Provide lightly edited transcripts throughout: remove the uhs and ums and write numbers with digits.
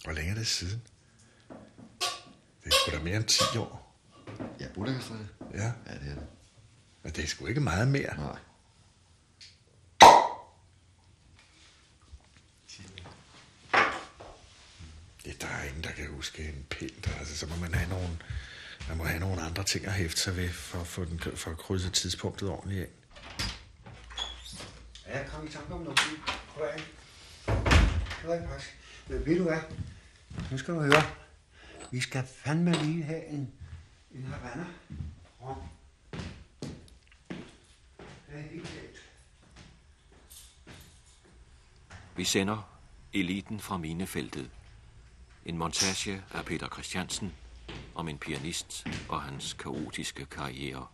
Hvor længe er det siden? Det er sgu da mere end 10 år. Ja, Budapeststræde. Ja. Ja, det er det. Men det er sgu ikke meget mere. Nej. Ja, der er ingen, der kan huske en pind. Altså, så må man have nogle andre ting at hæfte sig ved, for at krydse tidspunktet ordentligt ind. Ja, jeg kom i tanke om noget. Ved du hvad? Nu skal du høre. Vi skal fandme lige have en Havana rom. Det er helt galt. Vi sender Eliten fra minefeltet. En montage af Peter Christiansen om en pianist og hans kaotiske karriere.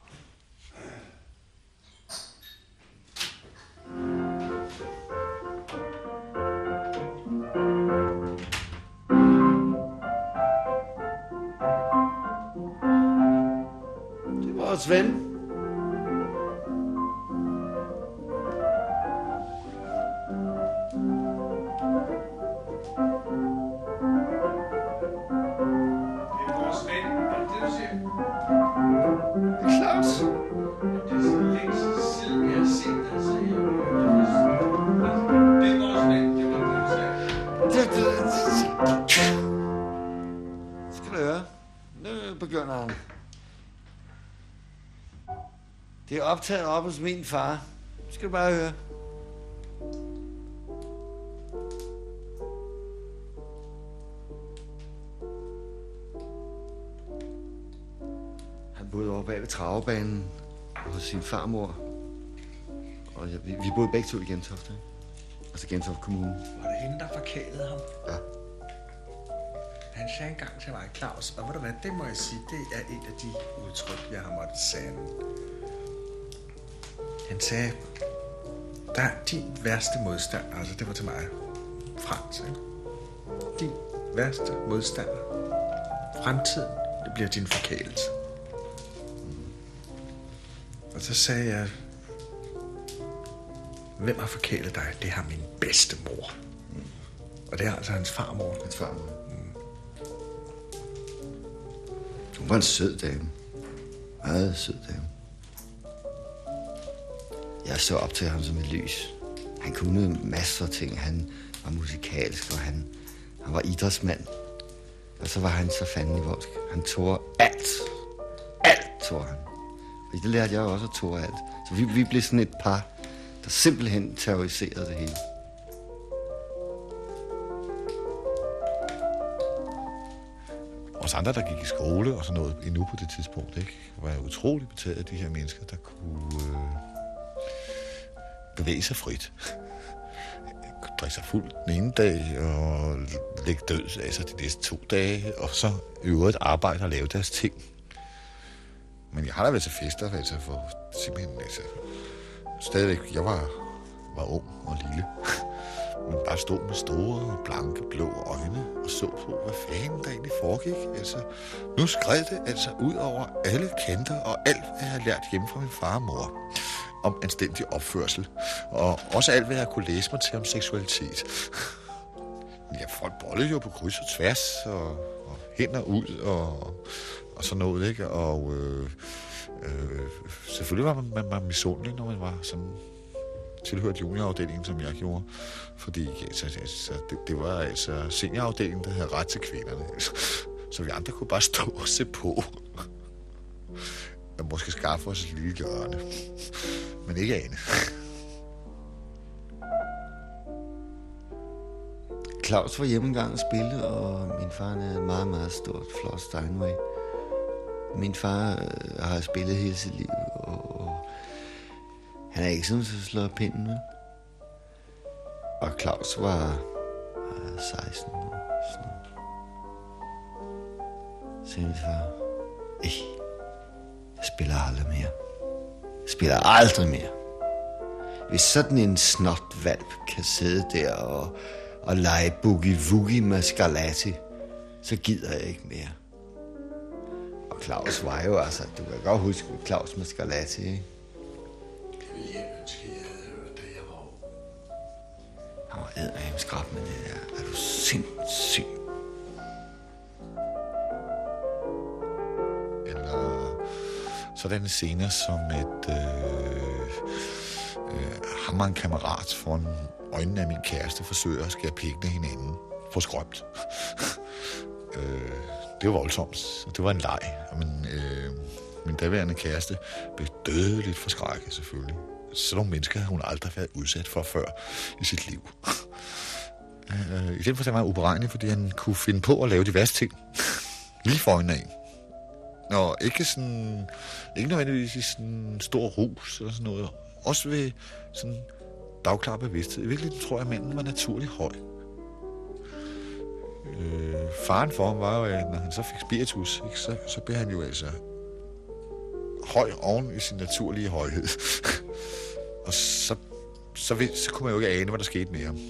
Det var vores ven. Det er optaget op hos min far. Skal du bare høre. Han boede over bag ved travebanen hos sin farmor. Og vi boede begge to i Gentofte. Altså Gentofte Kommune. Var det hende, der forkælede ham? Ja. Han sagde engang til mig, Claus, og ved du hvad, det må jeg sige, det er et af de udtryk, jeg har måttet sande. Han sagde, der er din værste modstand, altså det var til mig, Frans, ikke? Din værste modstander, fremtiden, det bliver din forkælelse. Og så sagde jeg, hvem har forkælet dig? Det har min bedste mor. Og det er altså hans farmor. Hans farmor. Hun var en sød dame. Meget sød dame. Jeg så op til ham som et lys. Han kunne masser af ting. Han var musikalsk, og han var idrætsmand. Og så var han så fandelig voldsk. Han tog alt. Alt tog han. Og det lærte jeg også at tog alt. Så vi blev sådan et par, der simpelthen terroriserede det hele. Os andre, der gik i skole og sådan noget endnu på det tidspunkt, ikke, var utroligt betaget af de her mennesker, der kunne bevæge sig frit. Drikke sig fuld den ene dag og lægge død af sig de næste 2 dage, og så øvrigt arbejde og lave deres ting. Men jeg har da været til fester, altså for simpelthen, altså, stadigvæk, jeg var ung og lille. Man bare stod med store, blanke, blå øjne og så på, hvad fanden der egentlig foregik. Altså, nu skred det altså ud over alle kanter og alt, hvad jeg havde lært hjemme fra min far og mor om anstændig opførsel. Og også alt, hvad jeg kunne læse mig til om seksualitet. Ja, folk bollede jo på kryds og tværs og hænder ud og sådan noget, ikke? Og selvfølgelig var man misundelig, når man var sådan tilhørt juniorafdelingen, som jeg gjorde. Fordi altså, det var altså seniorafdelingen, der havde ret til kvinderne. Så vi andre kunne bare stå og se på. Og måske skaffe os et lille hjørne. Men ikke ane. Claus var hjemme engang og spille, og min far havde et meget, meget stort, flot Steinway. Min far har spillet hele sit liv, og han er ikke sådan, så slår pinden ud. Og Claus var 16 år. Sådan. Så min far, jeg spiller aldrig mere. Jeg spiller aldrig mere. Hvis sådan en snotvalp kan sidde der og lege boogie-woogie med Scarlatti, så gider jeg ikke mere. Og Claus var jo altså, du kan godt huske Claus med Scarlatti, ikke? Det ville jeg ønske, jeg havde hørt, da jeg var ung. Han var eddermame skrab med det der. Er du sindssyg? sådanne scener som at ham og en kammerat foran øjnene af min kæreste forsøger at skære pikken af hinanden på skrømt. Det var voldsomt, og det var en leg. Min daværende kæreste blev dødeligt forskrækket selvfølgelig. Sådan nogle mennesker havde hun aldrig været udsat for før i sit liv. I den forstand var han uberegnelig, fordi han kunne finde på at lave de værste ting. Lige for øjnene af. Og ikke nødvendigvis i sådan en stor rus eller sådan noget. Også ved sådan dagklar bevidsthed. I virkeligheden tror jeg, at manden var naturligt høj. Faren for ham var jo, at når han så fik spiritus, ikke, så blev han jo altså høj oven i sin naturlige højhed. Og så kunne man jo ikke ane, hvad der skete med ham.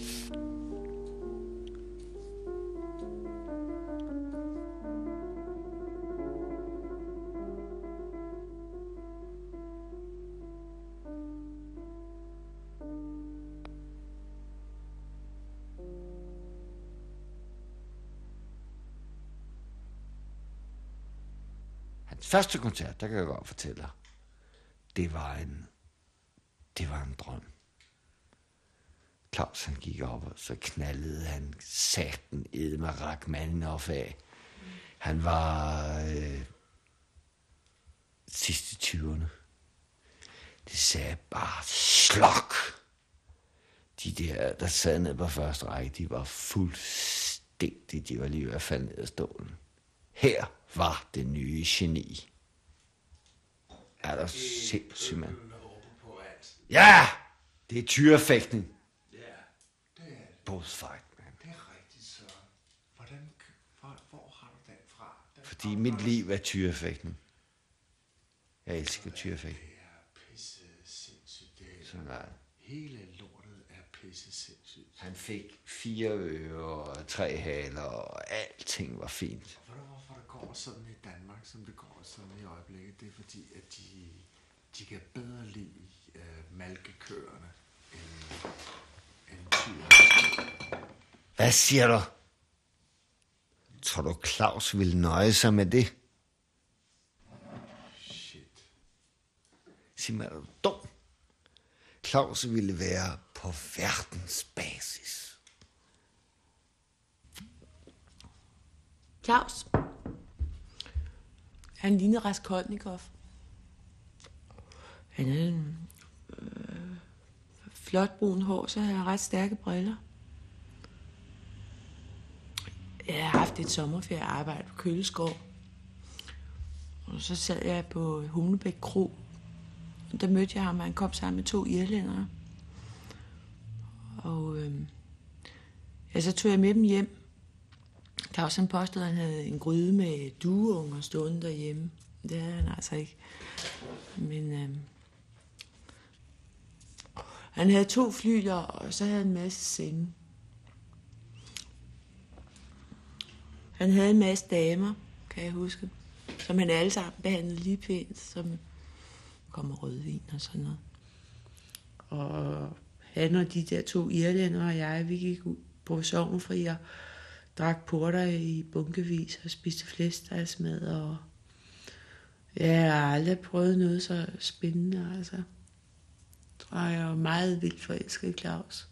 Hans første koncert, der kan jeg godt fortælle dig, det var en drøm. Claus, han gik op, og så knaldede han satan Edmar Rachmaninoff af. Han var sidste 20'erne. Det sagde bare slok. De der sad nede på første række, de var fuldstændig, de var lige ved at falde ned af stolen. Her var det nye geni. Er der sindssygt, mand? Ja! Det er tyrefægtning. Ja, det er det. Bullfight, man. Det er rigtigt, så. Hvor har du den fra? Fordi mit liv er tyrefægtning. Jeg elsker tyrefægtning. Det er pisse sindssygt. Sådan er det. Hele lortet er pisse sindssygt. Han fik 4 ører og 3 haler, og alting var fint. Ved du, hvorfor det går sådan i Danmark, som det går sådan i øjeblikket? Det er fordi, at de kan bedre lide malkekøerne end tyre. Hvad siger du? Tror du, Claus ville nøje sig med det? Shit. Sig mig, er du dum? Claus ville være på verdensbasis. Claus. Han lignede Raskolnikov. Han havde en flot brun hår, så havde han ret stærke briller. Jeg har haft et sommerferiearbejde på Køleskov. Og så sad jeg på Humlebæk Kro. Der mødte jeg ham, og han kom sammen med 2 irlændere. Og så tog jeg med dem hjem. Claus han påstod, at han havde en gryde med dueunger stående derhjemme. Det havde han altså ikke. Men han havde 2 flygler, og så havde han en masse senge. Han havde en masse damer, kan jeg huske, som han alle sammen behandlede lige pænt, som kommer rødvin og sådan noget. Og han og de der 2 irlændere og jeg, vi gik ud på Sorgenfri og drak porter i bunkevis og spiste flæskestegsmad. Og jeg har aldrig prøvet noget så spændende, altså. Jeg var meget vildt forelsket i Claus.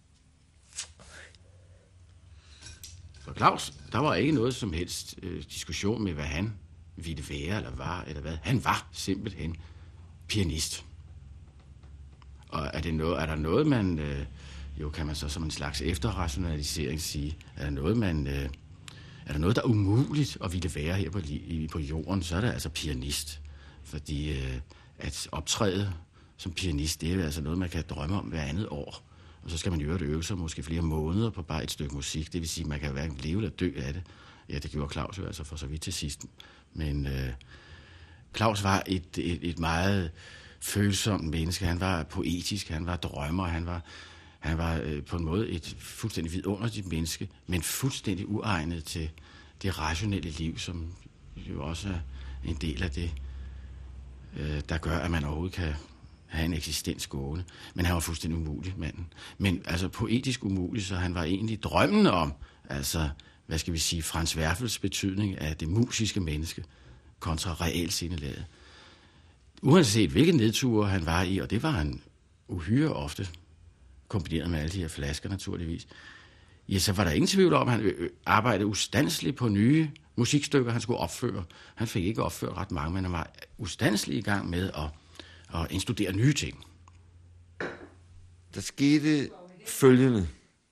For Claus, der var ikke noget som helst diskussion med, hvad han ville være, eller var, eller hvad. Han var simpelthen pianist. Og er der noget, man... jo, kan man så som en slags efterrationalisering sige, er der noget, der er umuligt at ville være her på jorden, så er det altså pianist. Fordi at optræde som pianist, det er altså noget, man kan drømme om hver andet år. Og så skal man øve sig måske flere måneder på bare et stykke musik. Det vil sige, at man kan hverken leve eller dø af det. Ja, det gjorde Claus jo altså for så vidt til sidst. Men Claus var et meget følsomt menneske. Han var poetisk, han var drømmer, han var på en måde et fuldstændig vidunderligt menneske, men fuldstændig uegnet til det rationelle liv, som jo også er en del af det, der gør, at man overhovedet kan have en eksistens gående. Men han var fuldstændig umulig, manden. Men altså poetisk umulig, så han var egentlig drømmen om, altså, hvad skal vi sige, Frans Werfels betydning af det musiske menneske kontra realsindelaget. uanset hvilke nedture han var i, og det var han uhyre ofte, kombineret med alle de her flasker naturligvis, ja, så var der ingen tvivl om, at han arbejdede ustandsligt på nye musikstykker, han skulle opføre. Han fik ikke opført ret mange, men han var ustandsligt i gang med at indstudere nye ting. Der skete følgende.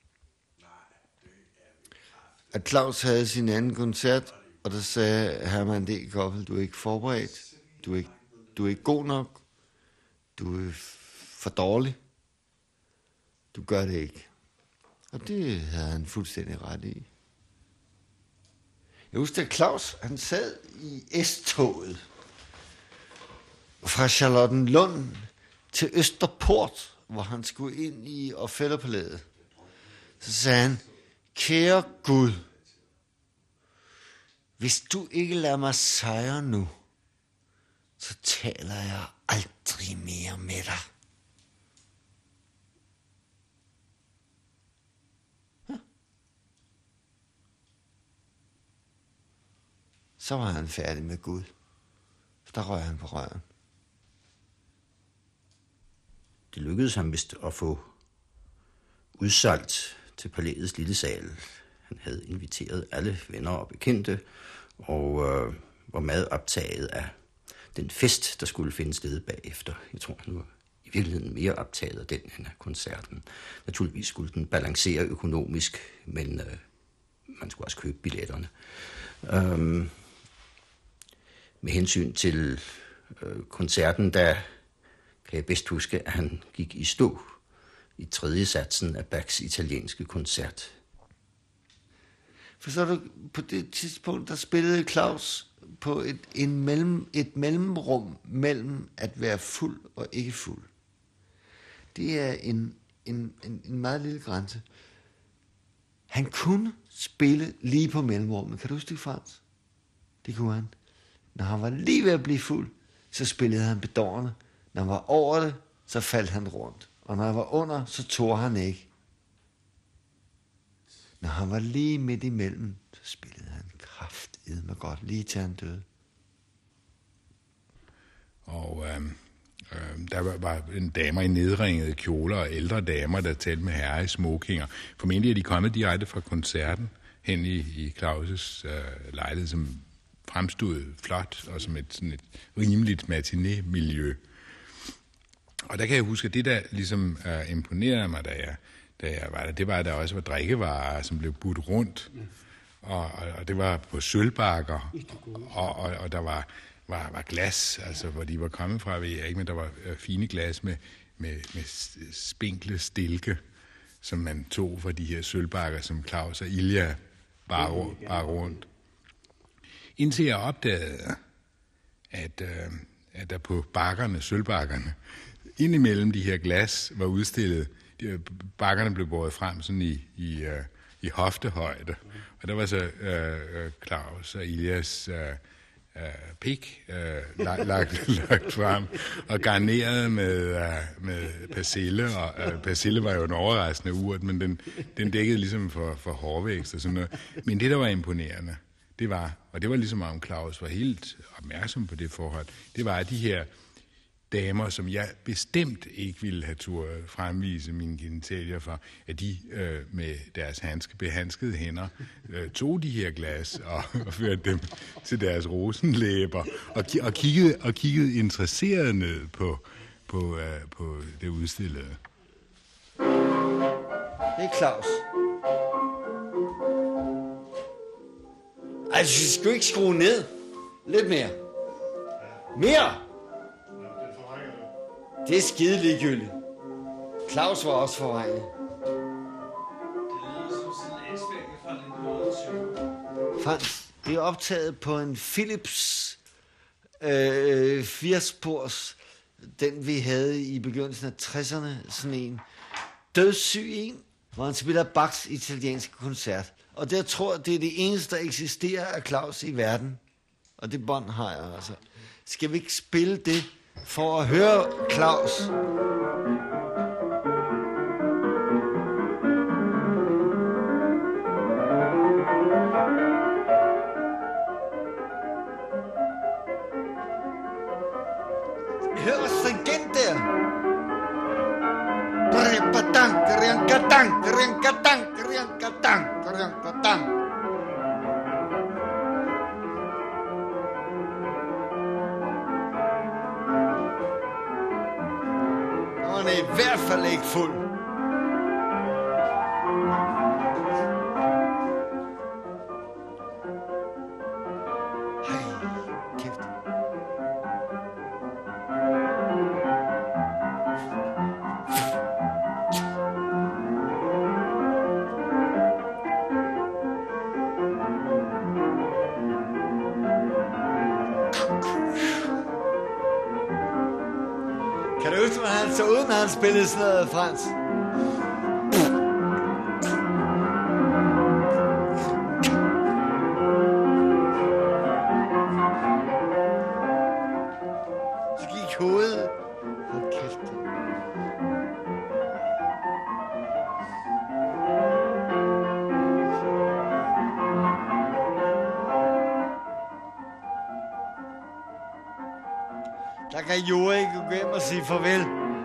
At Claus havde sin anden koncert, og der sagde Herman D. Koppel, du er ikke forberedt, du er ikke god nok, du er for dårlig, du gør det ikke. Og det havde han fuldstændig ret i. Jeg husker, at Claus, han sad i S-toget fra Charlottenlund til Østerport, hvor han skulle ind i Othellopalæet. Så sagde han, kære Gud, hvis du ikke lader mig sejre nu, så taler jeg aldrig mere med dig. Så var han færdig med Gud. Der røg han på røven. Det lykkedes ham vist at få udsolgt til Palæets lille sal. Han havde inviteret alle venner og bekendte, og var meget optaget af den fest, der skulle finde sted bagefter. Jeg tror, han var i virkeligheden mere optaget af den end af koncerten. Naturligvis skulle den balancere økonomisk, men man skulle også købe billetterne. Med hensyn til koncerten, der kan jeg bedst huske, at han gik i stå i tredje satsen af Bachs italienske koncert. For så du, på det tidspunkt, der spillede Claus på et mellemrum mellem at være fuld og ikke fuld. Det er en meget lille grænse. Han kunne spille lige på mellemrummet. Kan du huske det, Frans? Det kunne han. Når han var lige ved at blive fuld, så spillede han bedårende. Når han var over det, så faldt han rundt. Og når han var under, så tog han ikke. Når han var lige midt imellem, så spillede han kraftedme godt, lige til han døde. Og der var en damer i nedringede kjoler og ældre damer, der talte med herrer i smokinger. Formentlig er de kommet direkte fra koncerten hen i Claus' lejlighed, som fremstod flot og som sådan et rimeligt matiné-miljø. Og der kan jeg huske, at det, der ligesom imponerede mig, da jeg var der, det var, at der også var drikkevarer, som blev budt rundt. Og det var på sølvbakker, og der var glas, altså hvor de var kommet fra, ved jeg ikke, men der var fine glas med spinkle som man tog fra de her sølvbakker, som Claus og Ilja bar rundt. Indtil jeg opdagede, at der på sølvbakkerne, indimellem de her glas var udstillet, bakkerne blev båret frem sådan i hoftehøjde. Og der var så Claus og Iljas pik lagt frem og garneret med persille. Og persille var jo en overraskende urt, men den dækkede ligesom for hårvækst og sådan noget. Men det, der var imponerende, det var ligesom om Claus var helt opmærksom på det forhold, det var, at de her damer, som jeg bestemt ikke ville have turde fremvise mine genitalier for, at de med deres behandskede hænder tog de her glas og førte dem til deres rosenlæber og kiggede interesseret ned på det udstillede. Det er Claus. Altså, du skal ikke skrue ned. Lidt mere. Mere! Det er skide ligegyldigt. Claus var også forvrænget. Det lyder som sådan en indspilning fra 1920. Frans, det er optaget på en Philips 80-spors, den vi havde i begyndelsen af 60'erne, sådan en dødssyg en, hvor han spiller Bachs italienske koncert. Og det, jeg tror, det er det eneste, der eksisterer af Claus i verden. Og det bånd har jeg altså. Skal vi ikke spille det for at høre Claus? fuld. Hej, kæft. Kan du huske, hvordan han så ud, når han spillede sådan noget, Frans? Så gik hovedet. Hold kæft. Der kan Jure ikke gå hjem og sige farvel.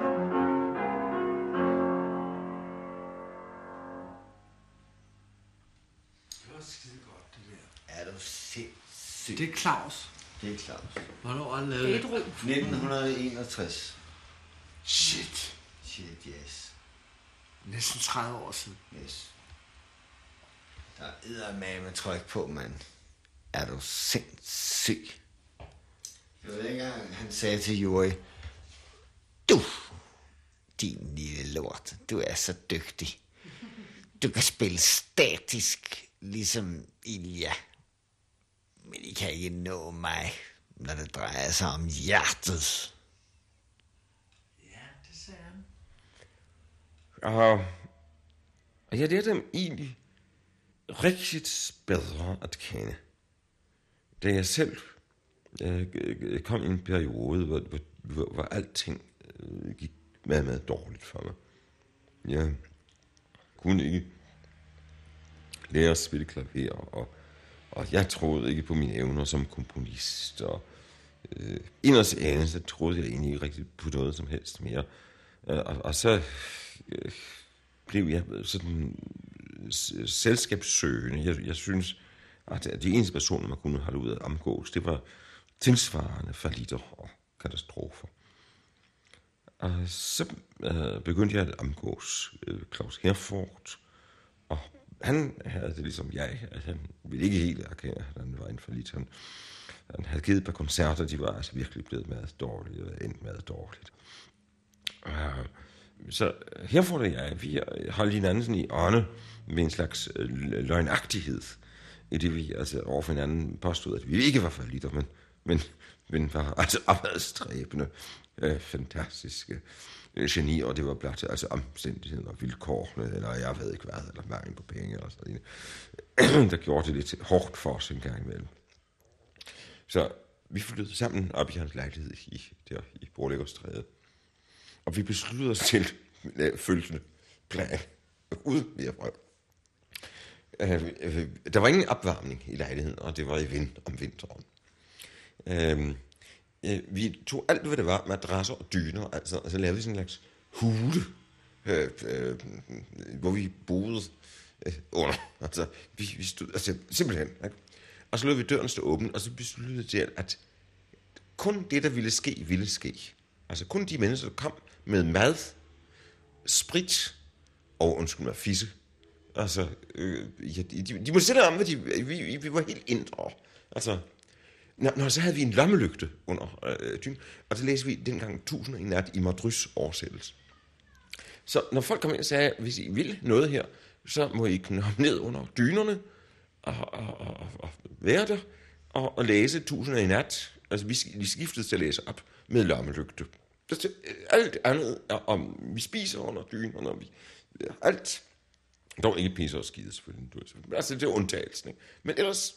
Det var skide godt, det der. Er du sindssygt? Det er Claus. Det er Claus. Hvornår har han lavet det? 1961. Shit. Shit, yes. Næsten 30 år siden. Yes. Der er eddermame tryk på, mand. Er du sindssyg? Jeg ved ikke engang, han sagde til Juri, du, din lille lort, du er så dygtig. Du kan spille statisk, ligesom Ilja. Men I kan ikke nå mig, når det drejer sig om hjertet. Ja, det sagde han. Og jeg lærte dem egentlig rigtig bedre at kende. Da jeg selv kom i en periode, hvor alting gik meget dårligt for mig. Jeg kunne ikke lære at spille klaver, og jeg troede ikke på mine evner som komponist, og inderst inde, så troede jeg egentlig ikke rigtig på noget som helst mere. Og så blev jeg sådan selskabssøgende. Jeg synes, at de eneste personer, man kunne holde ud af omgås, det var tilsvarende fallitter og katastrofer. Og så begyndte jeg at omgås Claus Herford, og han havde det ligesom jeg, at han ville ikke helt erkende, at han var en fallit. Han havde givet et par koncerter, de var altså virkelig blevet meget dårlige, og endt meget dårligt. Så Herford og jeg, vi holdt hinanden sådan i ånde med en slags løgnagtighed, i det vi altså overfor hinanden påstod, at vi ikke var fallitter, men var altså opadstræbende, fantastiske genier, og det var blot altså omstændigheden og vilkårene, eller jeg ved ikke hvad, eller mangel på penge, eller sådan noget, der gjorde det lidt hårdt for os en gang imellem. Så vi flyttede sammen op i hans lejlighed i Borlæggerstræde, og vi besluttede os til følgende plan, uden mere frem. Der var ingen opvarmning i lejligheden, og det var om vinteren. Vi tog alt, hvad det var, madrasser og dyner, altså, og så lavede vi sådan en slags hule, hvor vi boede under. Altså, vi stod, altså, simpelthen. Ikke? Og så lod vi døren stå åben, og så besluttede vi til, at kun det, der ville ske. Altså, kun de mennesker, der kom med mad, sprit og, undskyld mig, fisse. Altså, de må sætte om, hvad vi var helt indre. Altså, så havde vi en lommelygte under dynen, og så læste vi dengang 1000 i nat i Madrys oversættelse. Så når folk kom ind og sagde, hvis I vil noget her, så må I komme ned under dynerne og være der og læse 1000 i nat. Altså, vi skiftede til at læse op med lommelygte. Alt andet om vi spiser under dynerne, og alt. Dog ikke pisser og skide, selvfølgelig. Altså, det er undtagelsen, ikke? Men ellers,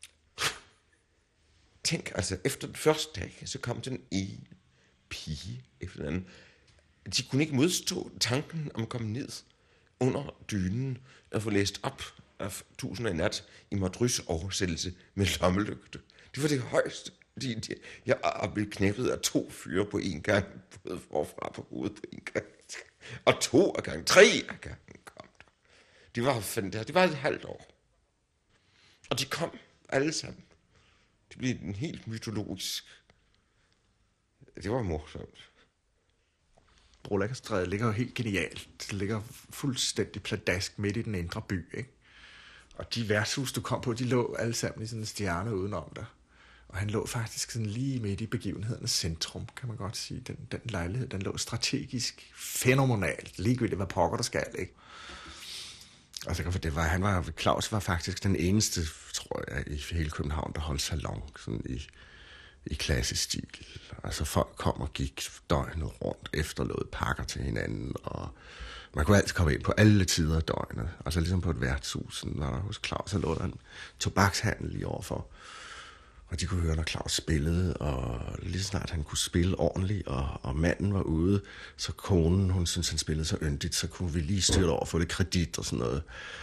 tænk, altså, efter den første dag, så kom den ene pige efter den anden. De kunne ikke modstå tanken om at komme ned under dynen og få læst op af 1000 i nat i Madrys oversættelse med lommelygte. Det var det højeste. Jeg er blevet knæppet af 2 fyre på en gang, både forfra på hovedet på en gang, og 2 af gangen, 3 af gangen kom der. Det var et halvt år. Og de kom alle sammen. Det blev en helt mytologisk. Det var morsomt. Brolæggerstræde ligger jo helt genialt. Det ligger fuldstændig pladask midt i den indre by, ikke? Og de værtshus, du kom på, de lå alle sammen i sådan en stjerne udenom dig. Og han lå faktisk sådan lige midt i begivenhedernes centrum, kan man godt sige. Den lejlighed, den lå strategisk fænomenalt. Ligegyldigt, hvad pokker der skal, ikke? Altså, Claus var faktisk den eneste, tror jeg, i hele København, der holdt salon sådan i klassisk stil. Altså, folk kom og gik døgnet rundt, efterlod pakker til hinanden, og man kunne altid komme ind på alle tider af døgnet. Altså, ligesom på et værtshus, sådan var der hos Claus, så lå der en tobakshandel lige overfor. Og de kunne høre, når Claus spillede, og lige snart han kunne spille ordentligt, og manden var ude, så konen, hun syntes, han spillede så yndigt, så kunne vi lige styre over og få lidt kredit og sådan noget.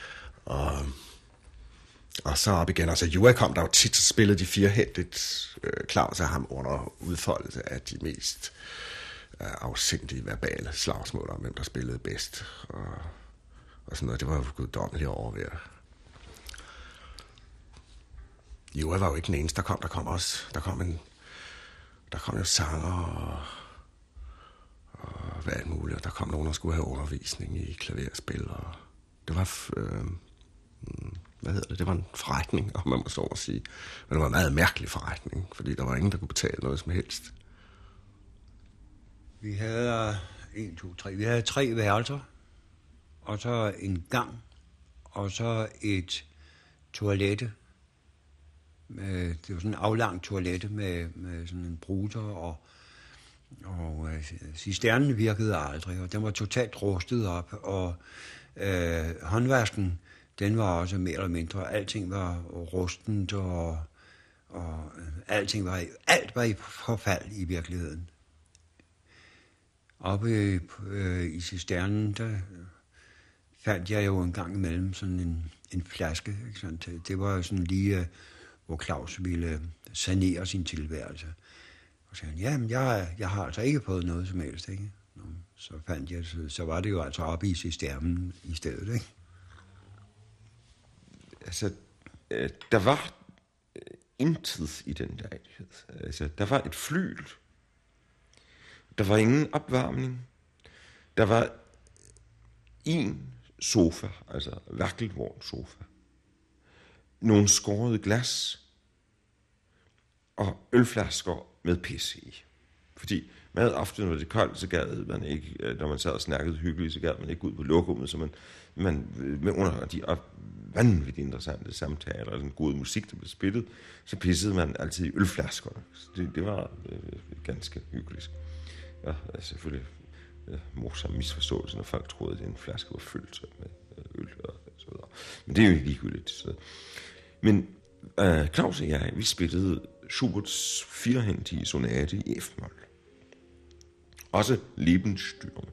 Og så op igen. Altså, Jura kom der jo tit, så spillede de firehændigt. Claus og ham under udfoldelse af de mest afsindige verbale slagsmål om, hvem der spillede bedst. Og sådan noget. Det var jo guddommeligt overværet. Jura var jo ikke den eneste, der kom også. Der kom jo sanger og hvad alt muligt. Der kom nogen, der skulle have undervisning i klaverspil. Og det var, det var en forretning, om man må så sige. Men det var en meget mærkelig forretning, fordi der var ingen, der kunne betale noget som helst. Vi havde Vi havde 3 værelser, og så en gang, og så et toilette. Det var sådan en aflang toilette med sådan en bruser, og cisternen virkede aldrig, og den var totalt rustet op, og håndvasken, den var også mere eller mindre, alting var rustent, og alt var i forfald i virkeligheden. Oppe i cisternen, der fandt jeg jo en gang imellem sådan en flaske, ikke sandt? Det var jo sådan lige, hvor Claus ville sanere sin tilværelse. Og så sagde han, jamen, jeg har altså ikke fået noget som helst, ikke? Så fandt jeg, så var det jo altså oppe i cisternen i stedet, ikke? Altså, der var intet i den lejlighed. Altså, der var et flyl. Der var ingen opvarmning. Der var en sofa, altså vakkelvogn sofa. Nogle skårede glas og ølflasker med pisse i. Fordi meget ofte, når det er koldt, så gad man ikke, når man sad og snakkede hyggeligt, så gad man ikke gå ud på lokummet, så man under de vanvittigt interessante samtaler, og den gode musik, der blev spillet, så pissede man altid i ølflaskerne. Det var ganske hyggeligt. Ja, selvfølgelig morsom misforståelse, når folk troede, at en flaske var fyldt med øl og så videre. Men det er jo ikke ligegyldigt. Så. Men Claus og jeg, vi spillede Schuberts firehændige sonate i F-mol. Også Lebensstürme.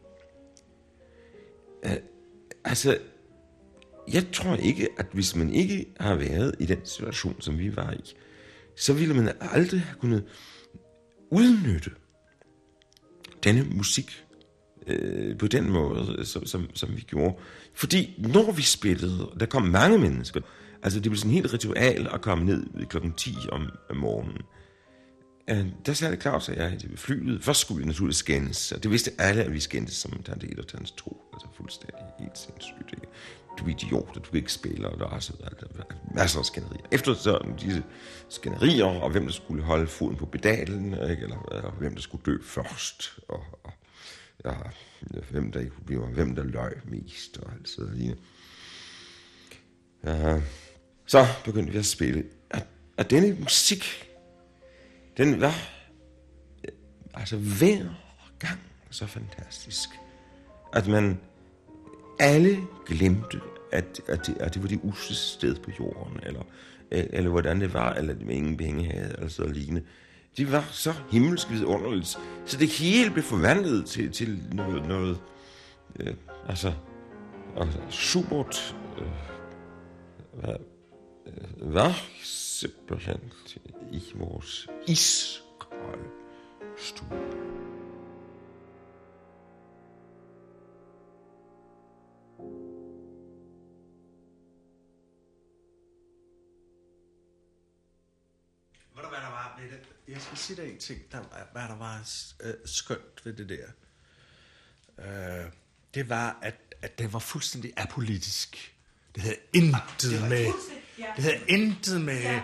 Altså, jeg tror ikke, at hvis man ikke har været i den situation, som vi var i, så ville man aldrig have kunnet udnytte denne musik på den måde, som vi gjorde. Fordi når vi spillede, der kom mange mennesker, altså det blev sådan en helt ritual at komme ned klokken 10 om morgenen. Der sagde det Claus og jeg ved flyet. Først skulle vi naturligvis skændes, og det vidste alle, at vi skændtes som tante 1 og tante 2. Altså fuldstændig helt sindssygt. Ikke? Du er idiot, og du ikke spiller, og der er så masser af skænderier. Efter sådan disse skænderier, og hvem der skulle holde foden på pedalen, ikke? Eller hvem der skulle dø først, og hvem der løg mest, og alt sådan lignende. Så begyndte vi at spille. Og denne musik, den var altså hver gang så fantastisk, at man alle glemte, at det var det usle sted på jorden, eller hvordan det var, eller med ingen penge havde, eller så lignende. Det var så himmelsk vidunderligt, så det hele blev forvandlet til noget altså Schubert var simpelthen i vores iskolde stue. Hvad der var ved det? Jeg skal sige dig en ting, hvad der var skønt ved det der. det var, at det var fuldstændig apolitisk. Det havde intet med... Det havde intet med...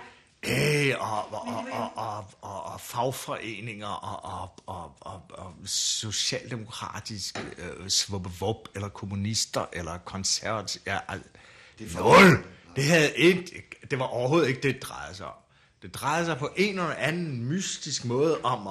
Og fagforeninger og socialdemokratiske svubbevup eller kommunister eller konservative. Ja, det var overhovedet ikke det, det drejede sig om. Det drejede sig på en eller anden mystisk måde om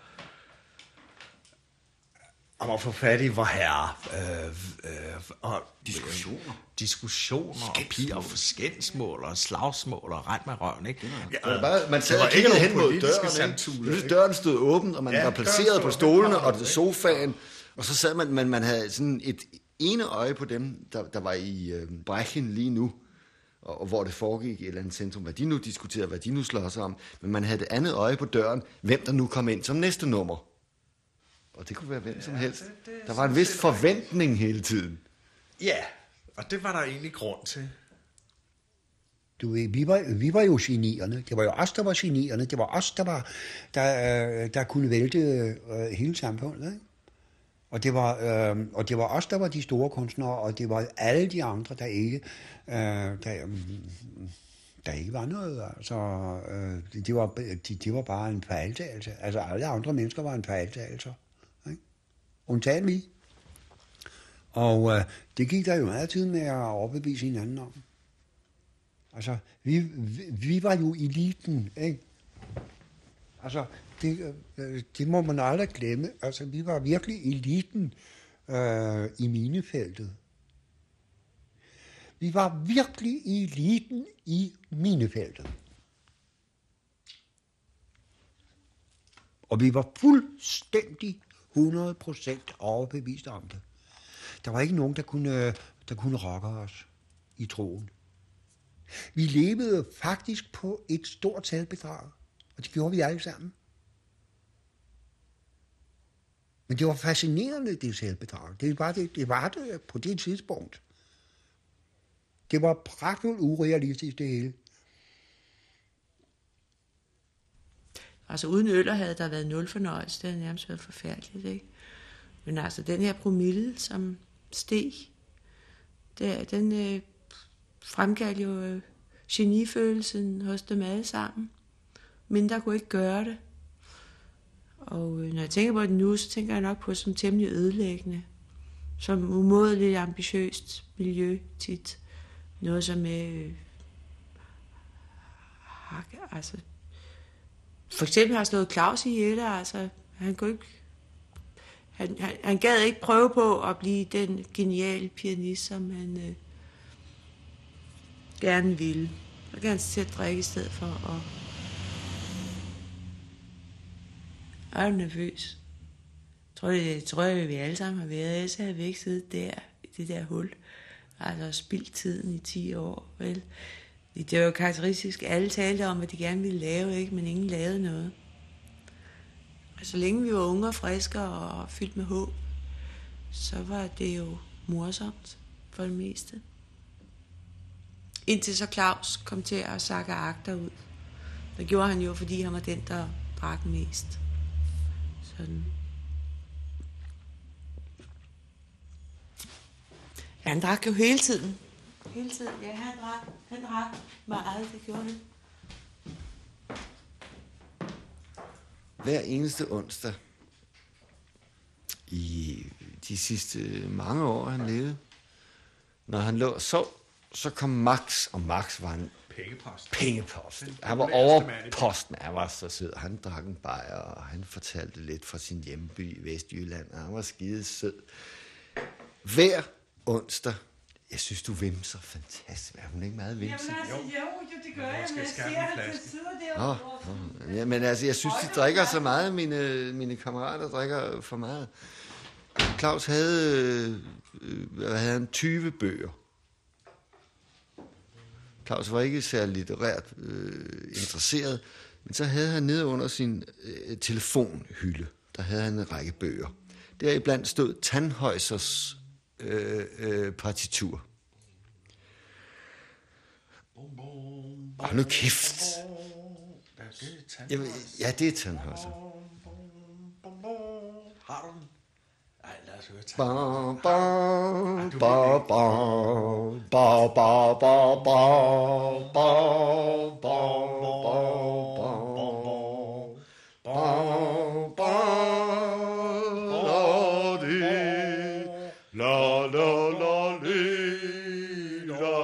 at få fat i vor herre. Og diskussioner og piger og skændsmål og slagsmål og ret med røven, ikke? Man sad og kiggede hen mod døren, døren stod åben, og man var placeret på stolene og sofaen, og så sad man havde sådan et ene øje på dem, der var i Brechen lige nu, og hvor det foregik i et eller andet centrum, hvad de nu diskuterede, hvad de nu slår sig om, men man havde det andet øje på døren, hvem der nu kom ind som næste nummer. Og det kunne være hvem som helst. Der var en vis forventning hele tiden. Ja, og det var der egentlig grund til. Du ved, vi var jo genierne. Det var jo os, der var genierne. Det var os, der kunne vælte hele samfundet. Ikke? Og det var os, der var de store kunstnere, og det var alle de andre, der ikke var noget. Altså, de var bare en fejltagelse. Altså, alle andre mennesker var en fejltagelse. Undtagen vi. Og det gik der jo meget tid med at overbevise hinanden om. Altså, vi var jo eliten, ikke? Altså, det må man aldrig glemme. Altså, vi var virkelig eliten i minefeltet. Vi var virkelig eliten i minefeltet. Og vi var fuldstændig 100% overbevist om det. Der var ikke nogen, der kunne rokke os i troen. Vi levede faktisk på et stort selvbedrag, og det gjorde vi alle sammen. Men det var fascinerende, det selvbedrag. Det var det på det tidspunkt. Det var pragtfuldt urealistisk, det hele. Altså uden øller havde der været nul fornøjelse. Det havde nærmest været forfærdeligt, ikke? Men altså den her promille, som steg, den fremgav jo genifølelsen hos dem alle sammen. Men der kunne ikke gøre det. Og når jeg tænker på det nu, så tænker jeg nok på det som temmelig ødelæggende. Som umådeligt ambitiøst miljø tit. Noget som altså for eksempel har slået Claus ihjel, altså han kunne ikke, han gad ikke prøve på at blive den geniale pianist, som han gerne ville. Så kan han til at drikke i stedet for at... Jeg er jo nervøs. Jeg tror, vi alle sammen har været. Ellers havde vi ikke siddet der, i det der hul. Altså spildt tiden i 10 år, vel? Det var jo karakteristisk. Alle talte om, hvad de gerne ville lave, ikke? Men ingen lavede noget. Og så længe vi var unge og friske og fyldt med håb, så var det jo morsomt for det meste. Indtil så Claus kom til at sakke agter ud. Det gjorde han jo, fordi han var den, der drak mest. Sådan. Ja, han drak jo hele tiden. Hele tiden, ja, han drak meget, det gjorde han. Hver eneste onsdag i de sidste mange år, han levede, når han lå og sov, så kom Max, og Max var en pengepost. Han var overposten, han var så sød. Han drak en bajer, og han fortalte lidt fra sin hjemby i Vestjylland, og han var skide sød. Hver onsdag. Jeg synes, du vimser fantastisk. Er hun ikke meget vimser? Jamen altså, jo, det gør jeg, men jeg ser, at du sidder derovre. Ja, men altså, jeg synes, de drikker så meget. Mine kammerater drikker for meget. Claus havde han 20 bøger. Claus var ikke særlig litterært interesseret, men så havde han nede under sin telefonhylde, der havde han en række bøger. Deriblandt stod Tannhäusers partitur. Nu kæft. Ja, det er Tannhäuser. Har du den? Nej, lad os også høre tak. Ba, ba, ba, ba, ba, ba, ba, ba, ba, ba, ba, la, la, la, li, la,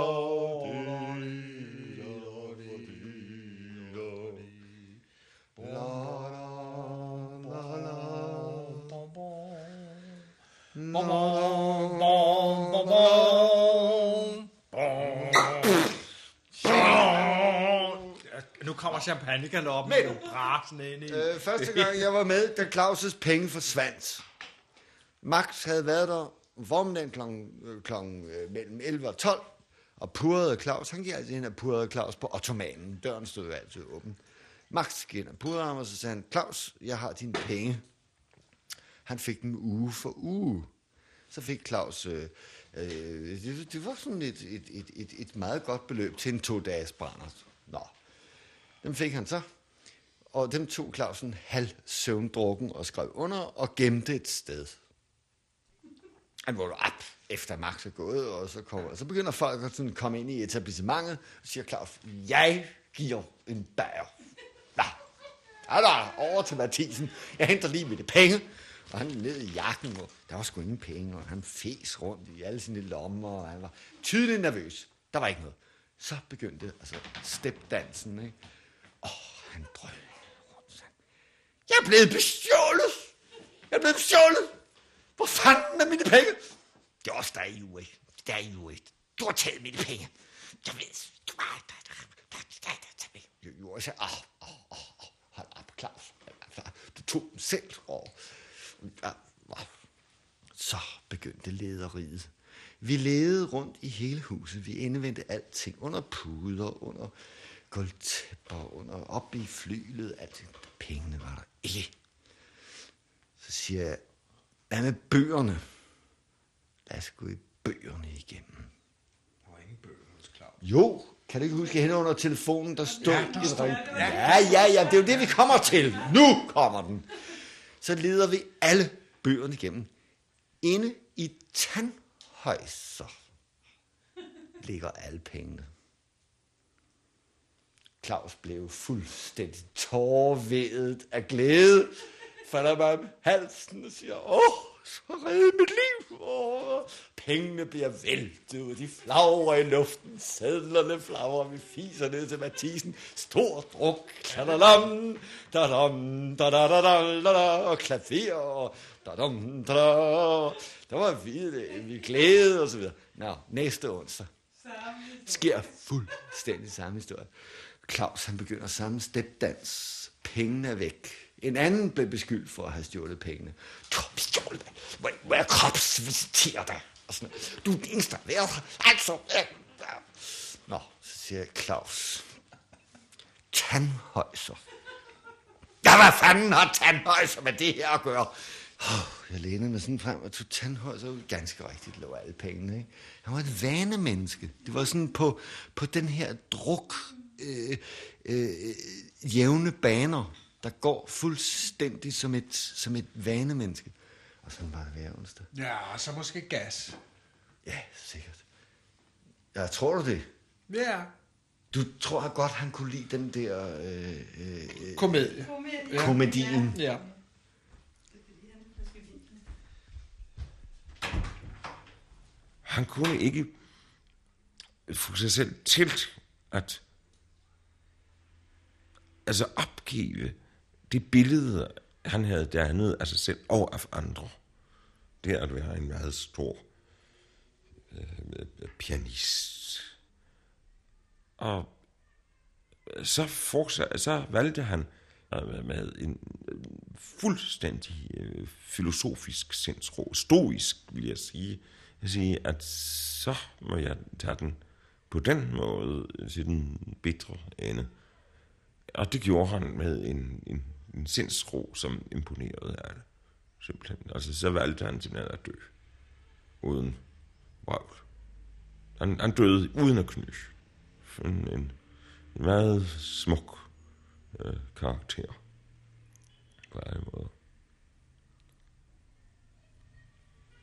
Nu kommer champagnegaloppen med brasende ind i. Første gang jeg var med, da Claus' penge forsvandt. Max havde været der om formiddagen klokken mellem 11 og 12, og purrede Claus. Han gik altid ind og purrede Claus på ottomanen. Døren stod jo altid åben. Max gik ind og purrede ham, og så sagde han, Claus, jeg har dine penge. Han fik dem uge for uge. Så fik Claus, det var sådan et meget godt beløb til en 2-dages brændert. Nå, dem fik han så. Og dem tog Clausen halv søvndrukken og skrev under og gemte et sted. Han vågner op efter Max er gået, og så begynder folk at sådan komme ind i etablissementet, og siger Claus, jeg giver en bager. Nå, over til Mathisen. Jeg henter lige med det penge. Og han ned i jakken, og der var sgu ingen penge, og han fes rundt i alle sine lommer, og han var tydeligt nervøs. Der var ikke noget. Så begyndte stepdansen, ikke? Han drøg rundt. Jeg er blevet bestjålet! Hvor fanden er mine penge? Det er også der er jo ikke. Du har taget mine penge. Jeg ved. Jo, jeg sagde, hold op, Claus. Du tog dem selv, Så begyndte lederiet. Vi ledede rundt i hele huset. Vi indvendte alting. Under puder, under gulvtæpper, op i flylet. Alt. Pengene var der ikke. Så siger jeg, hvad med bøgerne? Lad os gå i bøgerne igennem. Der var ingen bøger hos Claus. Jo, kan du ikke huske hen under telefonen, der stod Ja, det er jo det, vi kommer til. Nu kommer den. Så leder vi alle bøgerne igennem. Inde i Tannhäuser ligger alle pengene. Claus blev fuldstændig tårervædet af glæde, falder mig om halsen og siger, så redde mit liv. Pengene bliver væltet ud, de flagrer i luften, sedlerne flagrer, vi fiser ned til Mathisen, stor druk, kladalam, dadam, dadadadadada, og klaver, og dadam, dadada. Der var vi glæde og så videre. Nå, næste onsdag sker fuldstændig samme historie. Claus, han begynder samme stepdans. Pengene er væk. En anden blev beskyldt for at have stjålet pengene. Du har stjålet mig. Må jeg kropsvisitere dig? Og sådan, du er den eneste, der har været her. Altså. Nå, så siger jeg, Claus. Tannhäuser. Ja, hvad fanden har Tannhäuser med det her at gøre? Jeg lænede mig sådan frem og tog Tannhäuser ud. Ganske rigtigt lå alle pengene, ikke? Han var et vanemenneske. Det var sådan på den her druk, jævne baner, der går fuldstændig som et vanemenneske. Og sådan var det hver onsdag. Ja, og så måske gas. Ja, sikkert. Ja, tror du det? Ja. Du tror godt, han kunne lide den der Komedie. Komedien. Ja. Han kunne ikke få sig selv til at opgive det billede, han havde dannet af sig selv og af andre. Det er at være en meget stor pianist. Og så valgte han med en fuldstændig filosofisk sindsro, stoisk, vil jeg sige, at så må jeg tage den på den måde til den bitre ende. Og det gjorde han med en sindsro, som imponerede af det. Simpelthen. Altså, så valgte han simpelthen at dø. Uden vrøvl. Han døde uden at kny. En meget smuk karakter. På alle måder.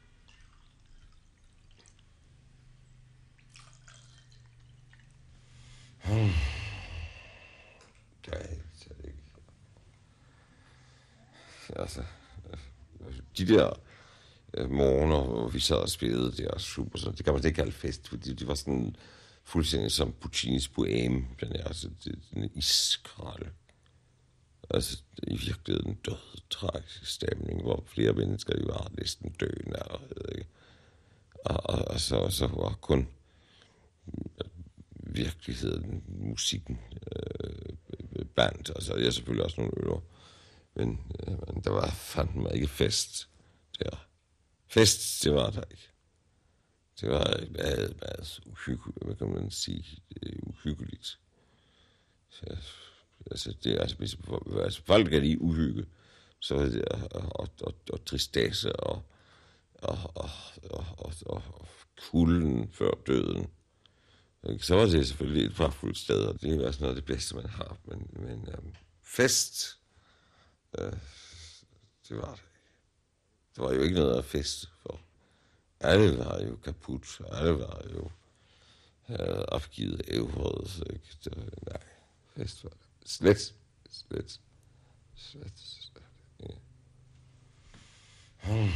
Altså, de der morgener, hvor vi sad og spillede, det er super, så det kan man ikke kalde fest, fordi de var sådan fuldstændig som Puccinis Bohème, den er altså den iskralde. Altså, i virkeligheden en død, tragisk stemning, hvor flere mennesker jo var næsten døende allerede, ikke? Og så var kun virkeligheden, musikken, band, og så er jeg selvfølgelig også nogle øver. Men der var fandme ikke fest der. Fest, det var der ikke. Det var meget uhyggeligt, hvad kan man sige, uhyggeligt. Så, altså, det er altså folk er lige uhygge, så er det og tristesse og kulden før døden. Så var det selvfølgelig et pragtfuldt sted, og det er også noget af det bedste, man har. Men fest, det var det. Det var jo ikke noget at feste for. Alle var jo kaput, alle var jo havde opgivet ævret, så ikke. Det var, nej, fest var det. Slet. Ja.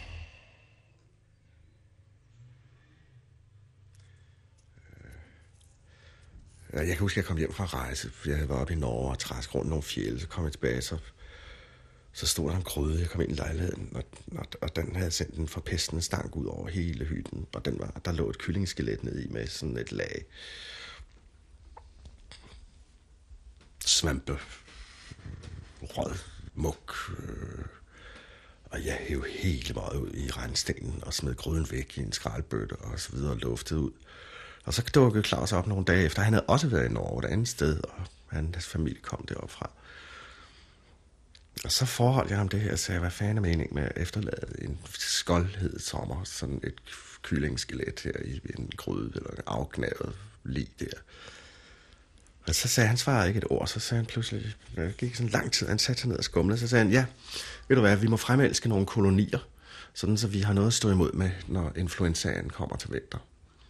Jeg kan huske, at jeg kom hjem fra rejse, for jeg var oppe i Norge og træsk rundt nogle fjelde, så kom jeg tilbage, så stod der en gryde, jeg kom ind i lejligheden, og den havde sendt en forpestende stank ud over hele hytten, og der lå et kyllingeskelet nede i med sådan et lag svampe, rød, muk, og jeg hæv hele meget ud i regnstenen og smed gryden væk i en skraldbøtte og så videre og luftede ud. Og så dukkede Claus op nogle dage efter. Han havde også været i Norge et andet sted, og hans familie kom deroppe fra. Og så forholdt jeg ham det her og sagde, hvad fanden er meningen med at efterlade en skoldhed sommer, sådan et kyllingeskelet her i en gryde eller en afgnavet lig der. Og så sagde han, svarede ikke et ord, så sagde han pludselig, det gik sådan lang tid, han satte sig ned og skumlede, så sagde han, ja, ved du hvad, vi må fremelske nogle kolonier, sådan så vi har noget at stå imod med, når influenzaen kommer til vinter.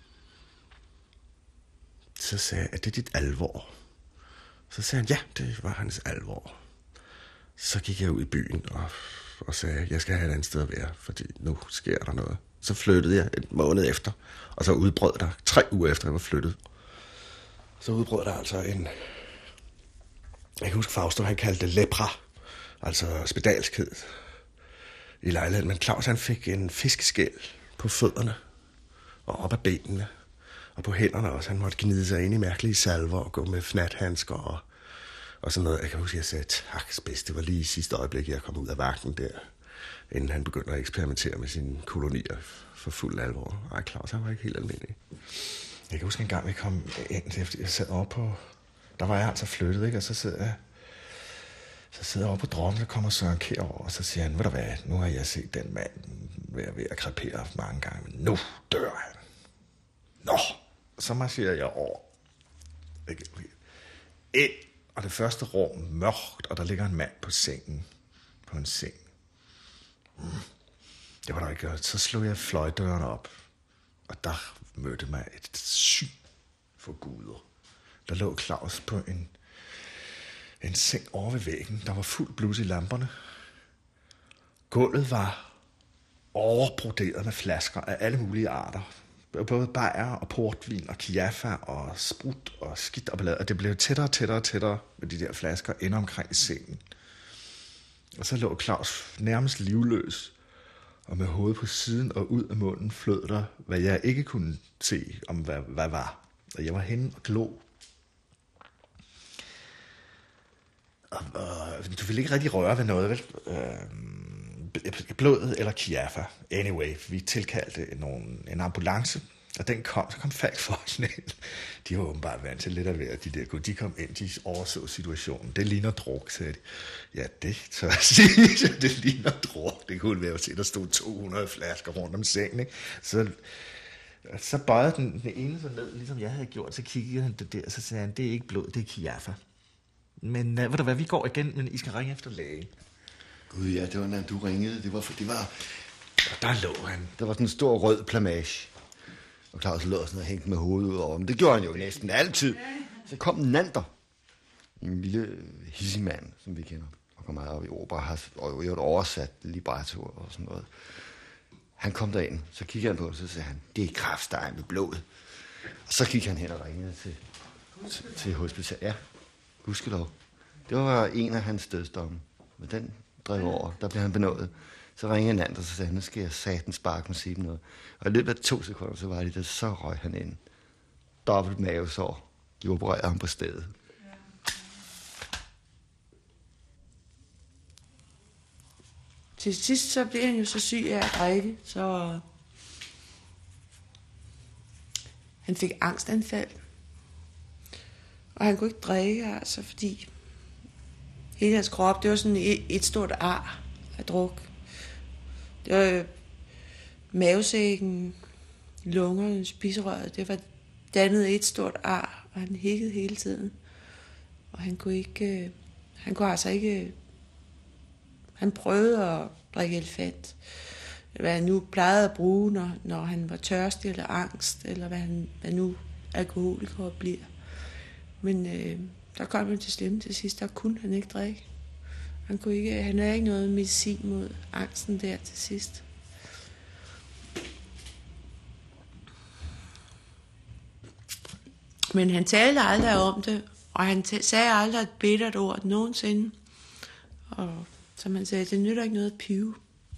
Så sagde jeg, er det dit alvor? Så sagde han, ja, det var hans alvor. Så gik jeg ud i byen og sagde, jeg skal have et andet sted at være, fordi nu sker der noget. Så flyttede jeg en måned efter, og så udbrød der 3 uger efter, jeg var flyttet. Så udbrød der altså en... Jeg kan huske, Fausto, han kaldte det lepra, altså spedalskhed i lejligheden. Men Claus, han fik en fiskeskæl på fødderne og op ad benene. Og på hænderne også. Han måtte gnide sig ind i mærkelige salver og gå med fnathandsker og sådan noget. Jeg kan huske, at jeg sagde, tak spids. Det var lige i sidste øjeblik, jeg kom ud af vagten der, inden han begyndte at eksperimentere med sine kolonier for fuld alvor. Ej, Claus, han var ikke helt almindelig. Jeg kan huske en gang, vi kom ind, efter jeg sad over på... Der var jeg altså flyttet, ikke? Og så sidder jeg over på Dråben, så kommer Søren Kjær over, og så siger han, ved du hvad, nu har jeg set den mand være ved at krepere mange gange, men nu dør han. Nå, så marcherer jeg over. Ind, og det første rum mørkt, og der ligger en mand på sengen. På en seng. Det var der ikke godt. Så slog jeg fløjdøren op, og der mødte mig et syn for guder. Der lå Claus på en seng over ved væggen. Der var fuld blus i lamperne. Gulvet var overbroderet med flasker af alle mulige arter. Både bajer og portvin og kiaffa og sprut og skidt og ballade. Og det blev tættere med de der flasker ind omkring sengen. Og så lå Claus nærmest livløs. Og med hovedet på siden og ud af munden flød der, hvad jeg ikke kunne se om hvad var. Og jeg var henne og glå. Og du ville ikke rigtig røre ved noget, vel? Blodet eller kiaffa. Anyway, vi tilkaldte en ambulance, og den kom, så kom Falkfolkene ind. De var åbenbart vant til lidt af hver, de der. De kom ind, de overså situationen. Det ligner druk, sagde de. Ja, det tør jeg sige, det ligner druk. Det kunne være at se, der stod 200 flasker rundt om sengen, ikke? Så bøjede den ene så ned, ligesom jeg havde gjort, så kiggede han det der, så sagde han, det er ikke blod, det er kiaffa. Men ved du hvad, vi går igen, men I skal ringe efter læge. Gud ja, det var når du ringede. Det var... Og der lå han. Der var sådan en stor rød plamage. Og Claus lå sådan og hængte med hovedet ud over. Men det gjorde han jo næsten altid. Så kom Nander, en lille hissig-mand, som vi kender, og går meget op i opera, og jo et oversat libretto og sådan noget. Han kom derind, så kiggede han på, og så sagde han, det er kræftsteg med blodet. Og så gik han hen og ringede til hospitalet. Ja, gudskelov. Det var en af hans dødsdomme. Men den drev over, der blev han benådet. Så ringede en anden, og så sagde han, nu skal jeg satens sparke musik noget. Og i løbet af 2 sekunder, så var det der, så røg han ind. Dobbelt mavesår. De opererede ham på stedet. Til sidst så blev han jo så syg af at drikke, så han fik angstanfald. Og han kunne ikke drikke, altså, fordi hele hans krop, det var sådan et stort ar af druk. Det var mavesækken, lungerne, spiserøret, det var dannet et stort ar, og han hikkede hele tiden. Og han kunne altså ikke, han prøvede at drikke elefant, hvad han nu plejede at bruge, når han var tørstig eller angst, eller hvad nu alkoholiker bliver. Men der kom han til slemme til sidst, der kunne han ikke drikke. Han havde ikke noget medicin mod angsten der til sidst. Men han talte aldrig om det, og han sagde aldrig et bittert ord nogensinde. Og som han sagde, det nytter ikke noget at pive.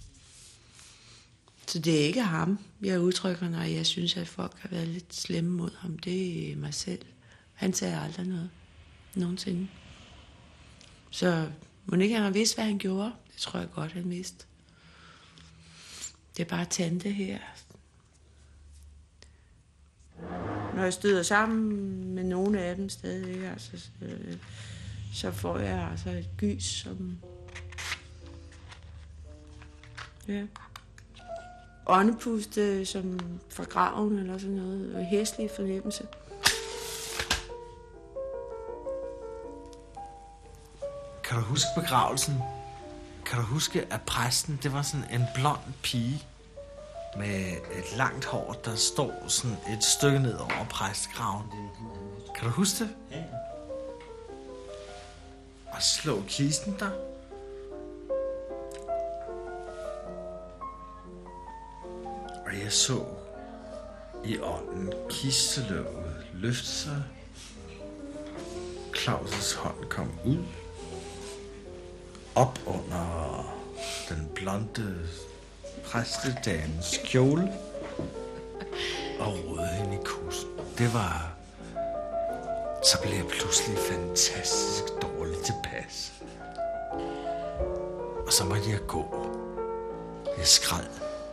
Så det er ikke ham, jeg udtrykker, når jeg synes, at folk har været lidt slemme mod ham. Det er mig selv. Han sagde aldrig noget. Nogensinde. Så må ikke han har vidst, hvad han gjorde. Det tror jeg godt, han vidste. Det er bare tante her. Når jeg støder sammen med nogle af dem stadig, altså, så får jeg altså et gys, som... Ja. Åndepuste, som fra graven eller sådan noget. Og hæslig fornemmelse. Kan du huske begravelsen? Kan du huske, at præsten, det var sådan en blond pige med et langt hår, der står sådan et stykke ned over præstegraven? Kan du huske det? Ja. Og slå kisten der. Og jeg så i ånden kisteløvet løfte sig. Claus' hånd kom ud. Op under den blonde præstedames kjole og rodede hende i kussen. Det var... Så blev jeg pludselig fantastisk dårligt tilpas. Og så måtte jeg gå. Jeg skred.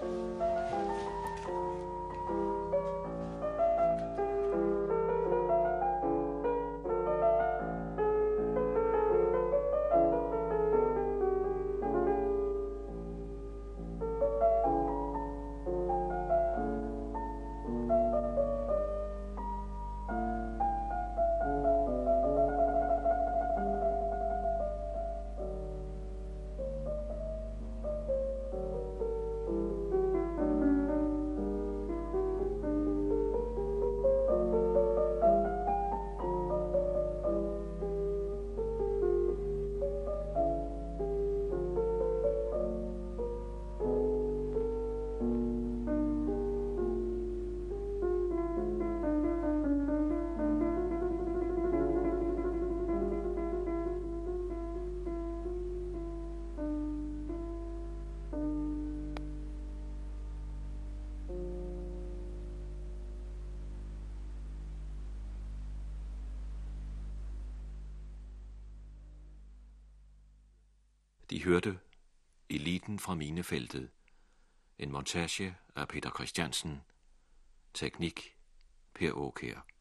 De hørte Eliten fra minefeltet. En montage af Peter Christiansen. Teknik Per Aakjær.